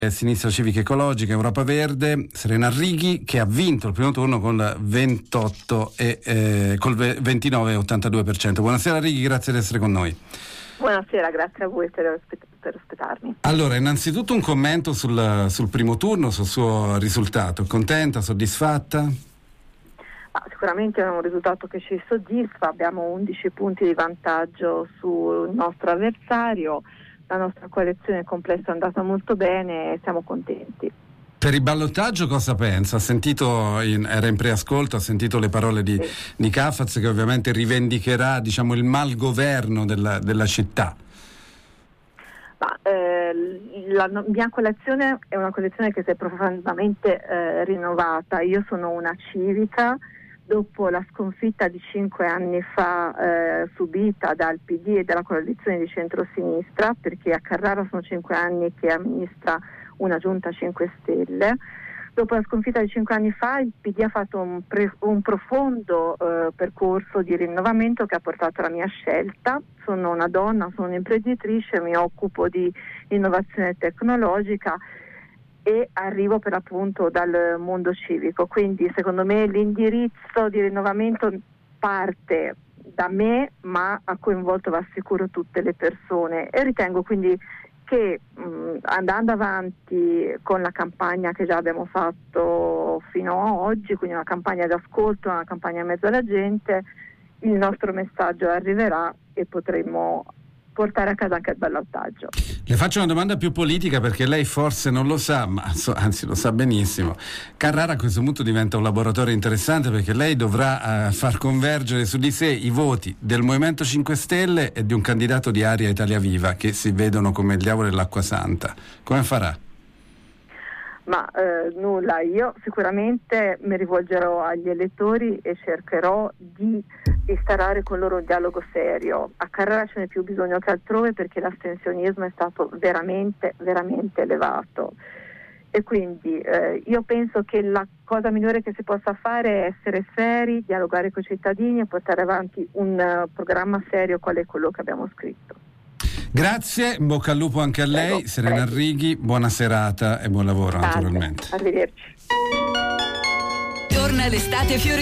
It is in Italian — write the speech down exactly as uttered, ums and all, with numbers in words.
Sinistra Civica Ecologica, Europa Verde, Serena Arrighi, che ha vinto il primo turno con ventotto e eh, col ventinove virgola ottantadue per cento. Buonasera Arrighi, grazie di essere con noi. Buonasera, grazie a voi per, per ospitarmi. Allora, innanzitutto un commento sul, sul primo turno, sul suo risultato. Contenta, soddisfatta? Ah, sicuramente è un risultato che ci soddisfa, abbiamo undici punti di vantaggio sul nostro avversario. La nostra coalizione complessa è andata molto bene e siamo contenti. Per il ballottaggio cosa pensa? Ha sentito, in, era in preascolto, ha sentito le parole di, sì. di Cafaz, che ovviamente rivendicherà, diciamo, il malgoverno della, della città. Ma, eh, la no, mia coalizione è una coalizione che si è profondamente eh, rinnovata. Io sono una civica. Dopo la sconfitta di cinque anni fa eh, subita dal P D e dalla coalizione di centrosinistra, perché a Carrara sono cinque anni che amministra una giunta cinque Stelle, dopo la sconfitta di cinque anni fa il P D ha fatto un, pre- un profondo eh, percorso di rinnovamento che ha portato alla mia scelta. Sono una donna, sono un'imprenditrice, mi occupo di innovazione tecnologica e arrivo per l'appunto dal mondo civico, quindi secondo me l'indirizzo di rinnovamento parte da me, ma ha coinvolto, va assicuro, tutte le persone, e ritengo quindi che mh, andando avanti con la campagna che già abbiamo fatto fino a oggi, quindi una campagna d'ascolto, una campagna in mezzo alla gente, il nostro messaggio arriverà e potremo portare a casa anche il ballottaggio. Le faccio una domanda più politica, perché lei forse non lo sa, ma anzi lo sa benissimo. Carrara a questo punto diventa un laboratorio interessante, perché lei dovrà uh, far convergere su di sé i voti del Movimento cinque Stelle e di un candidato di Area Italia Viva, che si vedono come il diavolo e l'acqua santa. Come farà? Ma eh, nulla, io sicuramente mi rivolgerò agli elettori e cercherò di instaurare con loro un dialogo serio. A Carrara ce n'è più bisogno che altrove, perché l'astensionismo è stato veramente, veramente elevato. E quindi eh, io penso che la cosa migliore che si possa fare è essere seri, dialogare con i cittadini e portare avanti un uh, programma serio quale è quello che abbiamo scritto. Grazie, in bocca al lupo anche a lei. Prego, Serena prego. Arrighi, buona serata e buon lavoro. Grazie, naturalmente. Arrivederci. Torna l'estate fiorita.